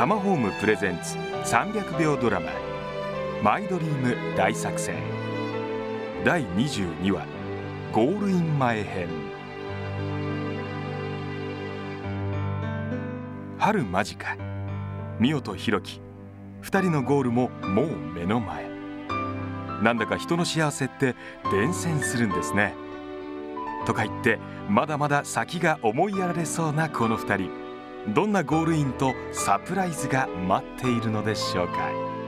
タマホームプレゼンツ300秒ドラママイドリーム大作戦第22話ゴールイン前編。春間近、美代と弘樹2人のゴールももう目の前。なんだか人の幸せって伝染するんですね。とか言ってまだまだ先が思いやられそうなこの2人、どんなゴールインとサプライズが待っているのでしょうか。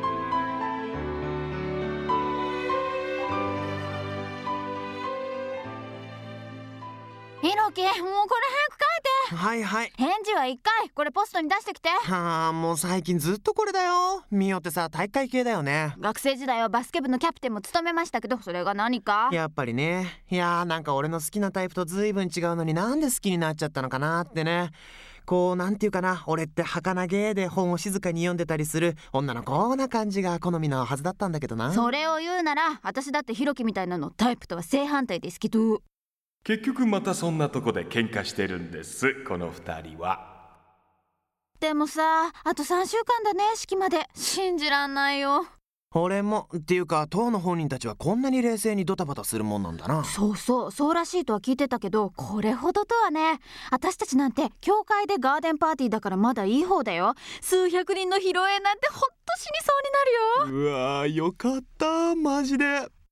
ひろき、もうこれ早く書いて。 はいはい。 返事は1回これポストに出してきて。 はあ、もう最近ずっとこれだよ。ミオってさ、体育会系だよね。 学生時代はバスケ部のキャプテンも務めましたけど、それが何か。 やっぱりね。いやー、なんか俺の好きなタイプとずいぶん違うのになんで好きになっちゃったのかなってね。こう、なんていうかな、俺って儚げで本を静かに読んでたりする女の子な感じが好みのはずだったんだけどな。 それを言うなら私だってひろきみたいなのタイプとは正反対ですけど。 結局またそんなとこで喧嘩してるんです、この2人は。 でもさ、あと3週間だね、式まで。信じらんないよ。 俺もっていうか、当の本人たちはこんなに冷静にドタバタするもんなんだな。 そうらしいとは聞いてたけど、これほどとはね。私たちなんて教会でガーデンパーティーだからまだいい方だよ。数百人の披露宴なんてほんと死にそうになるよ。 うわー、よかったマジで。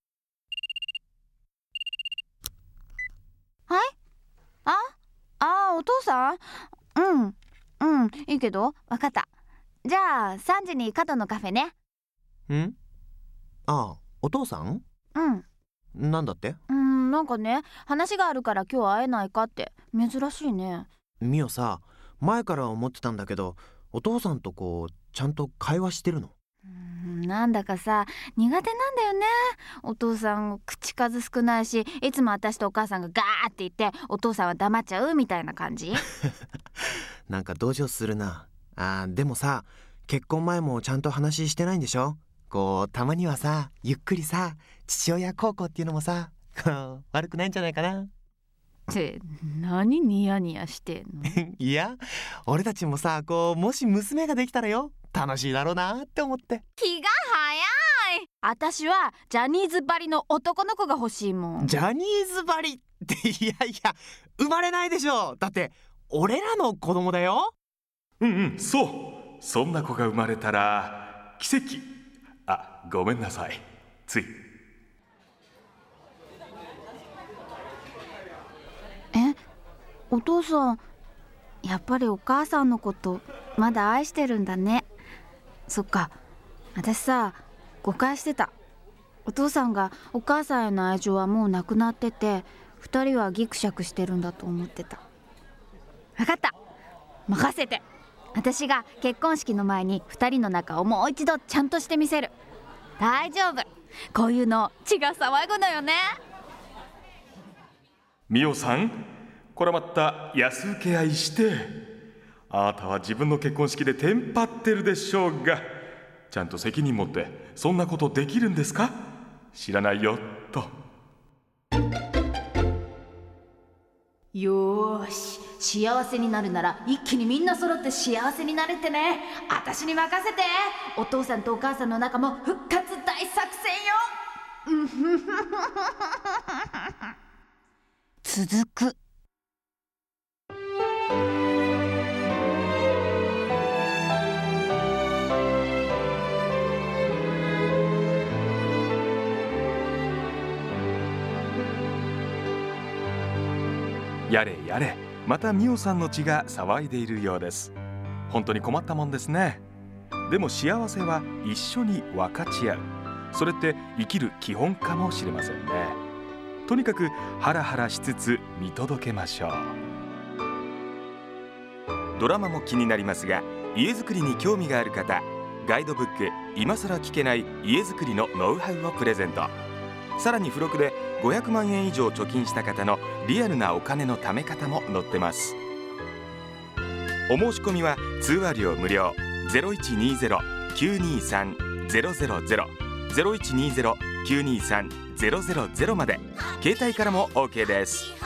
はい？お父さん？いいけど、わかった。じゃあ3時に角のカフェね。 ん？ああ、お父さん？なんだって？ なんかね、話があるから今日会えないかって。珍しいね。 ミオさ、前から思ってたんだけど、お父さんとこうちゃんと会話してるの？ なんだかさ、苦手なんだよね。お父さん口数少ないし、いつも私とお母さんがガーって言ってお父さんは黙っちゃうみたいな感じ。 なんか同情するな。でもさ、結婚前もちゃんと話してないんでしょ？こうたまにはさ、ゆっくりさ、父親孝行っていうのもさ悪くないんじゃないかなって何ニヤニヤしてんの？ いや、俺たちもさ、こうもし娘ができたらよ、楽しいだろうなって思って。 気が早い。私はジャニーズばりの男の子が欲しいもん。 ジャニーズばりっていや生まれないでしょ。だって俺らの子供だよ。 そう、そんな子が生まれたら奇跡。ごめんなさい、つい。 お父さん、やっぱりお母さんのことまだ愛してるんだね。そっか、私さ、誤解してた。お父さんがお母さんへの愛情はもうなくなってて、2人はギクシャクしてるんだと思ってた。分かった、任せて。私が結婚式の前に2人の仲をもう一度ちゃんとしてみせる。大丈夫、こういうの血が騒ぐのよね。 ミオさん、これまた安請け合いして、あなたは自分の結婚式でテンパってるでしょうが、ちゃんと責任持ってそんなことできるんですか？知らないよと。 よーし、幸せになるなら一気にみんな揃って幸せになれってね。私に任せて。お父さんとお母さんの仲も復活大作戦よ。続く。 やれやれ、またミオさんの血が騒いでいるようです。本当に困ったもんですね。でも幸せは一緒に分かち合う、それって生きる基本かもしれませんね。とにかくハラハラしつつ見届けましょう。ドラマも気になりますが、家づくりに興味がある方、ガイドブック今さら聞けない家づくりのノウハウをプレゼント。さらに付録で500万円以上貯金した方のリアルなお金の貯め方も載ってます。お申し込みは通話料無料。 0120-923-000 0120-923-000まで。携帯からも OK です。